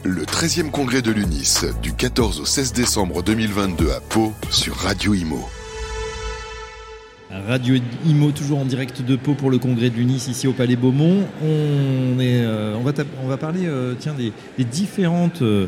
Le 13e congrès de l'UNIS, du 14 au 16 décembre 2022 à Pau, sur Radio Imo. Radio Imo, toujours en direct de Pau pour le congrès de l'UNIS, ici au Palais Beaumont. On va parler des différents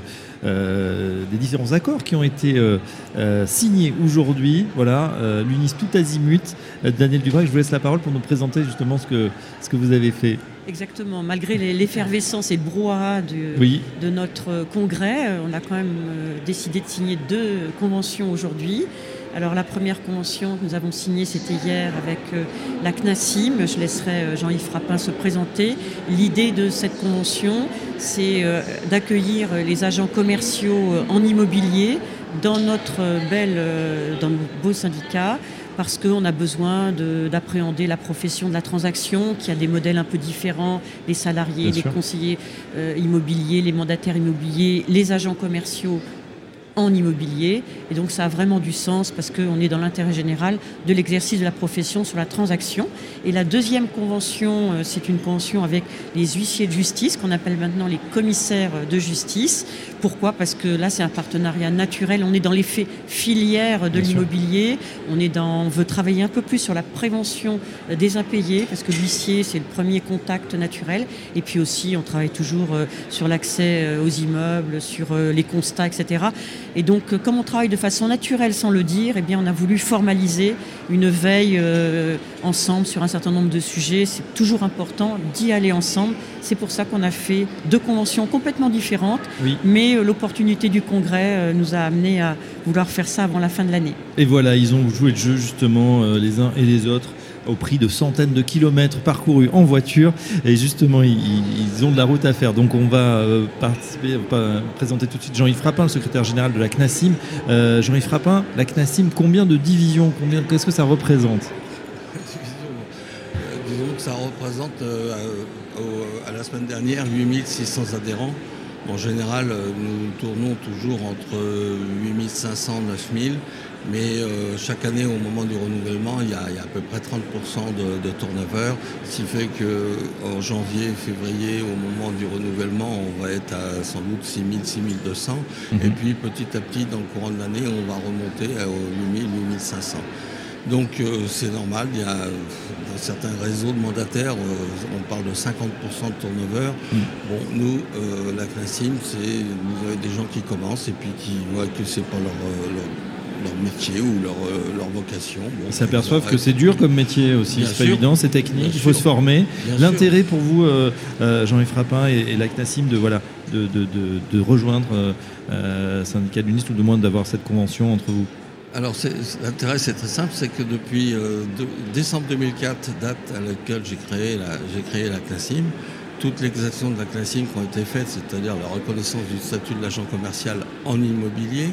accords qui ont été signés aujourd'hui. Voilà, l'UNIS tout azimut. Daniel Dubrac, je vous laisse la parole pour nous présenter justement ce que vous avez fait. Exactement. Malgré l'effervescence et le brouhaha de notre congrès, on a quand même décidé de signer 2 conventions aujourd'hui. Alors la première convention que nous avons signée, c'était hier avec la CNACIM. Je laisserai Jean-Yves Frappin se présenter. L'idée de cette convention, c'est d'accueillir les agents commerciaux en immobilier dans notre dans nos beaux syndicats, parce qu'on a besoin d'appréhender la profession de la transaction, qui a des modèles un peu différents, les salariés, les conseillers immobiliers, les mandataires immobiliers, les agents commerciaux en immobilier. Et donc ça a vraiment du sens parce qu'on est dans l'intérêt général de l'exercice de la profession sur la transaction. Et la deuxième convention, c'est une convention avec les huissiers de justice, qu'on appelle maintenant les commissaires de justice. Pourquoi ? Parce que là, c'est un partenariat naturel. On est dans l'effet filière de l'immobilier. On veut travailler un peu plus sur la prévention des impayés, parce que l'huissier, c'est le premier contact naturel. Et puis aussi, on travaille toujours sur l'accès aux immeubles, sur les constats, etc. Et donc, comme on travaille de façon naturelle sans le dire, eh bien, on a voulu formaliser une veille ensemble sur un certain nombre de sujets. C'est toujours important d'y aller ensemble. C'est pour ça qu'on a fait 2 conventions complètement différentes. Oui. Mais l'opportunité du congrès nous a amené à vouloir faire ça avant la fin de l'année. Et voilà, ils ont joué le jeu justement les uns et les autres, au prix de centaines de kilomètres parcourus en voiture. Et justement, ils ont de la route à faire. Donc on va présenter tout de suite Jean-Yves Frappin, le secrétaire général de la CNACIM. Jean-Yves Frappin, la CNACIM, combien de divisions, qu'est-ce que ça représente ? Disons que ça représente à la semaine dernière 8600 adhérents. En général, nous tournons toujours entre 8500 et 9000. Mais chaque année, au moment du renouvellement, il y a à peu près 30% de turnover, ce qui fait qu'en janvier, février, au moment du renouvellement, on va être à sans doute 6000, 6200. Et puis petit à petit, dans le courant de l'année, on va remonter aux 8000, 8500. Donc c'est normal, il y a dans certains réseaux de mandataires, on parle de 50% de turnover. Bon, nous, la CNACIM, vous avez des gens qui commencent et puis qui voient que c'est pas leur métier ou leur vocation. Bon, ils s'aperçoivent que c'est dur comme métier aussi, c'est pas évident, c'est technique, il faut se former. L'intérêt pour vous, Jean-Yves Frappin et la CNACIM de rejoindre syndicat de l'UNIS, ou du moins d'avoir cette convention entre vous? Alors l'intérêt, c'est très simple, c'est que depuis décembre 2004, date à laquelle j'ai créé la CNACIM, toutes les actions de la CNACIM qui ont été faites, c'est-à-dire la reconnaissance du statut de l'agent commercial en immobilier,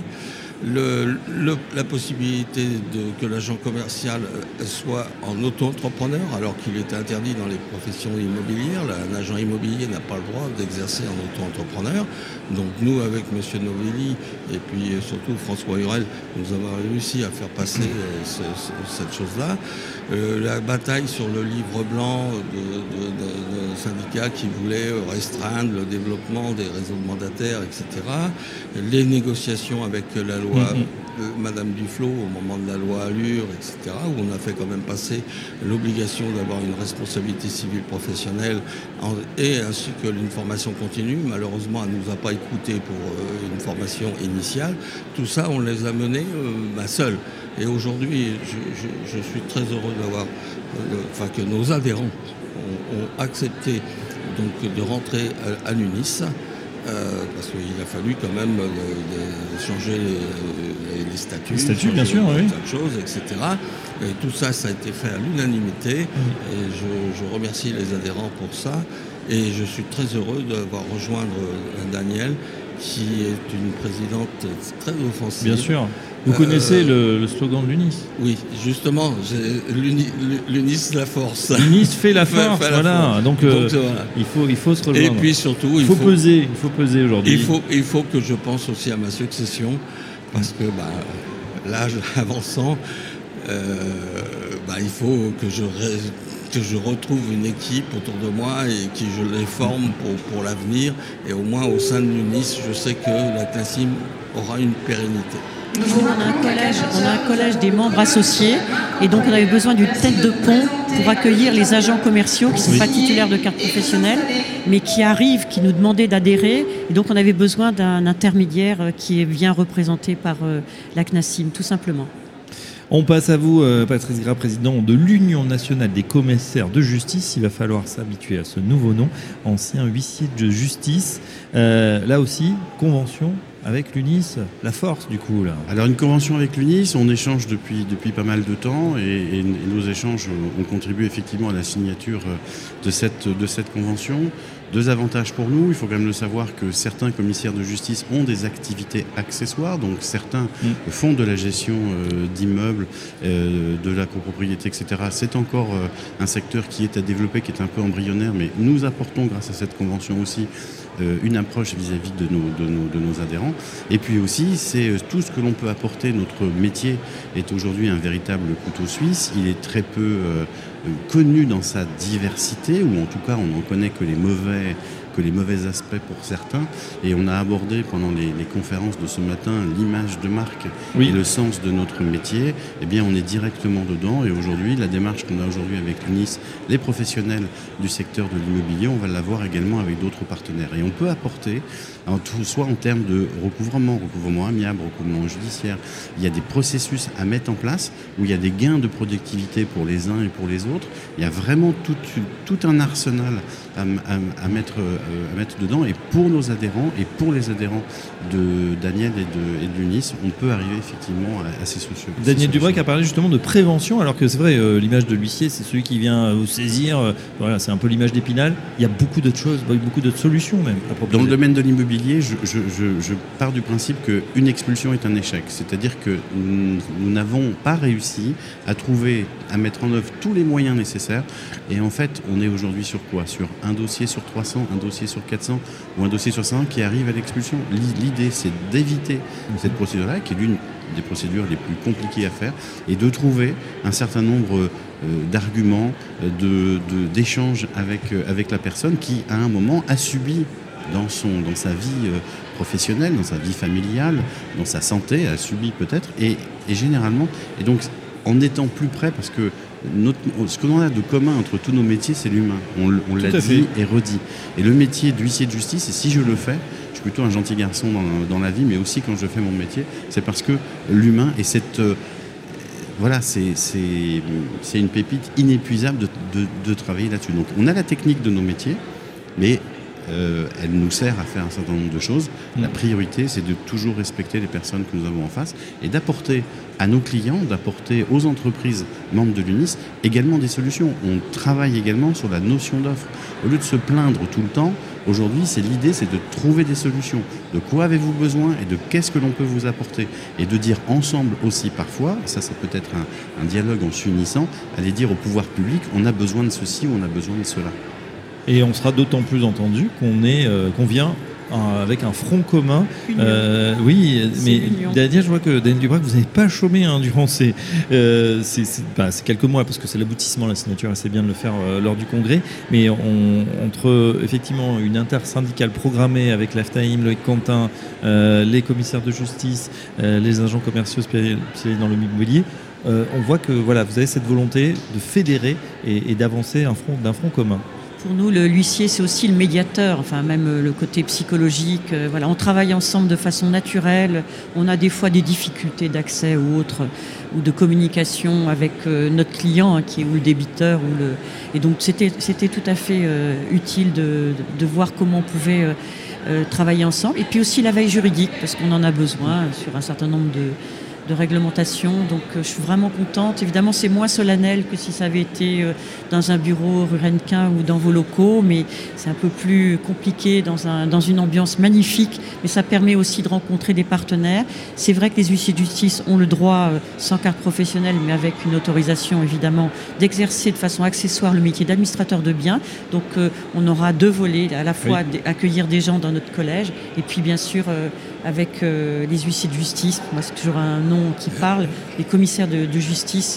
la possibilité que l'agent commercial soit en auto-entrepreneur alors qu'il est interdit dans les professions immobilières. Un agent immobilier n'a pas le droit d'exercer en auto-entrepreneur. Donc nous, avec M. Novelli et puis surtout François Hurel, nous avons réussi à faire passer cette chose-là. La bataille sur le livre blanc de syndicats qui voulaient restreindre le développement des réseaux de mandataires, etc. Les négociations avec la loi Madame Duflot au moment de la loi Allure, etc., où on a fait quand même passer l'obligation d'avoir une responsabilité civile professionnelle ainsi que une formation continue. Malheureusement, elle ne nous a pas écoutés pour une formation initiale. Tout ça, on les a menés seuls. Et aujourd'hui, je suis très heureux d'avoir, que nos adhérents ont accepté donc, de rentrer à l'UNIS. Parce qu'il a fallu quand même changer les statuts. Les statuts, bien sûr, oui. D'autres choses, etc. Et tout ça, ça a été fait à l'unanimité. Et je remercie les adhérents pour ça. Et je suis très heureux d'avoir rejoindre Daniel, qui est une présidente très offensive. Bien sûr. Vous connaissez le slogan de l'UNIS ? Oui, justement, l'UNIS la force. L'UNIS fait la force, voilà. Donc voilà. Il faut se rejoindre. Et puis surtout, il faut peser aujourd'hui. Il faut que je pense aussi à ma succession, parce que l'âge avançant, il faut que que je retrouve une équipe autour de moi et que je les forme pour l'avenir. Et au moins au sein de l'UNIS, je sais que la CNACIM aura une pérennité. On a un collège des membres associés et donc on avait besoin d'une tête de pont pour accueillir les agents commerciaux qui ne sont pas titulaires de carte professionnelle mais qui arrivent, qui nous demandaient d'adhérer et donc on avait besoin d'un intermédiaire qui est bien représenté par la CNACIM tout simplement. On passe à vous, Patrice Gras, président de l'Union nationale des commissaires de justice. Il va falloir s'habituer à ce nouveau nom, ancien huissier de justice. Là aussi, convention avec l'UNIS, la force du coup là. Alors une convention avec l'UNIS, on échange depuis pas mal de temps et nos échanges ont contribué effectivement à la signature de cette convention. 2 avantages pour nous, il faut quand même le savoir que certains commissaires de justice ont des activités accessoires, donc certains font de la gestion d'immeubles, de la copropriété, etc. C'est encore un secteur qui est à développer, qui est un peu embryonnaire, mais nous apportons grâce à cette convention aussi une approche vis-à-vis de nos adhérents. Et puis aussi, c'est tout ce que l'on peut apporter. Notre métier est aujourd'hui un véritable couteau suisse. Il est très peu connu dans sa diversité, ou en tout cas on n'en connaît que les mauvais aspects pour certains. Et on a abordé pendant les conférences de ce matin l'image de marque et le sens de notre métier. Eh bien, on est directement dedans. Et aujourd'hui, la démarche qu'on a aujourd'hui avec l'UNIS, les professionnels du secteur de l'immobilier, on va l'avoir également avec d'autres partenaires. Et on peut apporter, soit en termes de recouvrement amiable, recouvrement judiciaire, il y a des processus à mettre en place où il y a des gains de productivité pour les uns et pour les autres. Il y a vraiment tout un arsenal à mettre dedans, et pour nos adhérents et pour les adhérents de Daniel et de l'UNIS, on peut arriver effectivement à ces solutions. Daniel Dubreuil a parlé justement de prévention, alors que c'est vrai, l'image de l'huissier, c'est celui qui vient vous saisir, voilà, c'est un peu l'image d'Épinal. Il y a beaucoup d'autres choses, beaucoup d'autres solutions même à proposer. Dans le domaine de l'immobilier, je pars du principe qu'une expulsion est un échec, c'est-à-dire que nous n'avons pas réussi à mettre en œuvre tous les moyens nécessaires, et en fait on est aujourd'hui sur quoi ? Sur un dossier sur 300, un dossier sur 400 ou un dossier sur 500 qui arrive à l'expulsion. L'idée, c'est d'éviter cette procédure-là, qui est l'une des procédures les plus compliquées à faire, et de trouver un certain nombre d'arguments, d'échanges avec la personne qui, à un moment, a subi dans sa vie professionnelle, dans sa vie familiale, dans sa santé, a subi peut-être, et généralement, et donc en étant plus près, parce que ce que l'on a de commun entre tous nos métiers, c'est l'humain. On l'a dit et redit. Et le métier d'huissier de justice, et si je le fais, je suis plutôt un gentil garçon dans la vie, mais aussi quand je fais mon métier, c'est parce que l'humain est c'est une pépite inépuisable de travailler là-dessus. Donc on a la technique de nos métiers, mais elle nous sert à faire un certain nombre de choses. La priorité, c'est de toujours respecter les personnes que nous avons en face et d'apporter à nos clients, d'apporter aux entreprises membres de l'UNIS également des solutions. On travaille également sur la notion d'offre. Au lieu de se plaindre tout le temps, aujourd'hui, l'idée, c'est de trouver des solutions. De quoi avez-vous besoin et de qu'est-ce que l'on peut vous apporter ? Et de dire ensemble aussi parfois, ça c'est peut-être un dialogue en s'unissant, aller dire au pouvoir public, on a besoin de ceci ou on a besoin de cela. Et on sera d'autant plus entendu qu'on vient avec un front commun. Oui, mais Daniel, je vois que Daniel Dubreuil, vous n'avez pas chômé durant ces quelques mois, parce que c'est l'aboutissement, la signature, et c'est bien de le faire lors du congrès. Mais entre effectivement une intersyndicale programmée avec l'AFTAIM, Loïc Quentin, les commissaires de justice, les agents commerciaux spécialisés dans l'immobilier, on voit que vous avez cette volonté de fédérer et d'avancer d'un front commun. Pour nous, l'huissier, c'est aussi le médiateur, enfin même le côté psychologique. On travaille ensemble de façon naturelle. On a des fois des difficultés d'accès ou autre, ou de communication avec notre client, ou le débiteur. Et donc c'était tout à fait utile de voir comment on pouvait travailler ensemble. Et puis aussi la veille juridique, parce qu'on en a besoin sur un certain nombre de réglementation, donc je suis vraiment contente. Évidemment, c'est moins solennel que si ça avait été dans un bureau rue Rennequin ou dans vos locaux, mais c'est un peu plus compliqué dans une ambiance magnifique, mais ça permet aussi de rencontrer des partenaires. C'est vrai que les huissiers de justice ont le droit, sans carte professionnelle, mais avec une autorisation évidemment, d'exercer de façon accessoire le métier d'administrateur de biens. Donc on aura 2 volets, à la fois accueillir des gens dans notre collège, et puis bien sûr avec les huissiers de justice, moi c'est toujours un nom qui parle, les commissaires de justice,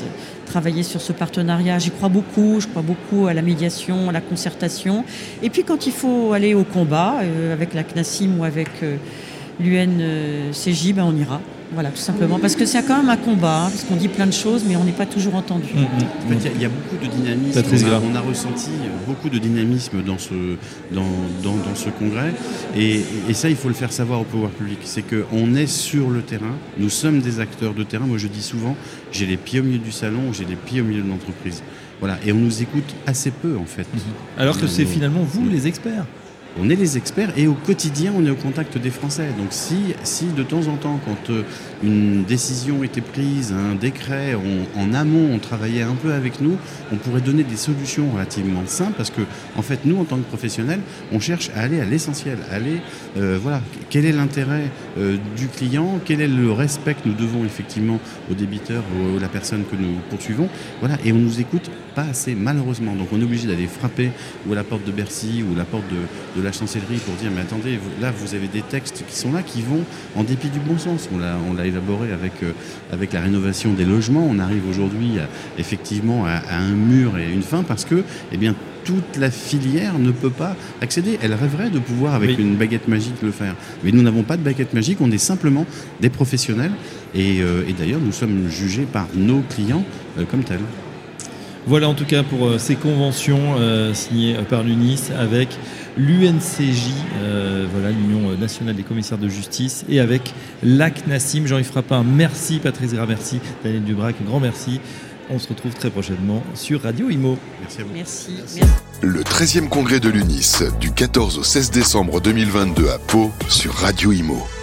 travailler sur ce partenariat. J'y crois beaucoup, je crois beaucoup à la médiation, à la concertation. Et puis quand il faut aller au combat, avec la CNACIM ou avec l'UNCJ, on ira. Voilà, tout simplement. Parce que c'est quand même un combat, parce qu'on dit plein de choses, mais on n'est pas toujours entendu. En fait, il y a beaucoup de dynamisme. On a ressenti beaucoup de dynamisme dans ce congrès. Et ça, il faut le faire savoir au pouvoir public. C'est qu'on est sur le terrain. Nous sommes des acteurs de terrain. Moi, je dis souvent, j'ai les pieds au milieu du salon, j'ai les pieds au milieu de l'entreprise. Voilà. Et on nous écoute assez peu, en fait. Alors que c'est finalement vous, les experts. On est les experts et au quotidien, on est au contact des Français. Donc si de temps en temps, quand une décision était prise, un décret, en amont, on travaillait un peu avec nous, on pourrait donner des solutions relativement simples parce que, en fait, nous, en tant que professionnels, on cherche à aller à l'essentiel, quel est l'intérêt du client, quel est le respect que nous devons effectivement au débiteur ou à la personne que nous poursuivons. Voilà, et on nous écoute pas assez, malheureusement. Donc on est obligé d'aller frapper ou à la porte de Bercy ou à la porte de la chancellerie pour dire mais attendez, là vous avez des textes qui sont là qui vont en dépit du bon sens. On l'a élaboré avec la rénovation des logements. On arrive aujourd'hui effectivement à un mur et une fin parce que toute la filière ne peut pas accéder. Elle rêverait de pouvoir avec une baguette magique le faire. Mais nous n'avons pas de baguette magique, on est simplement des professionnels et d'ailleurs nous sommes jugés par nos clients comme tels. Voilà en tout cas pour ces conventions signées par l'UNIS avec l'UNCJ, l'Union nationale des commissaires de justice, et avec la CNACIM. Jean-Yves Frappin, merci. Patrice Gras, merci. Daniel Dubrac, grand merci. On se retrouve très prochainement sur Radio Imo. Merci à vous. Merci. Le 13e congrès de l'UNIS du 14 au 16 décembre 2022 à Pau sur Radio Imo.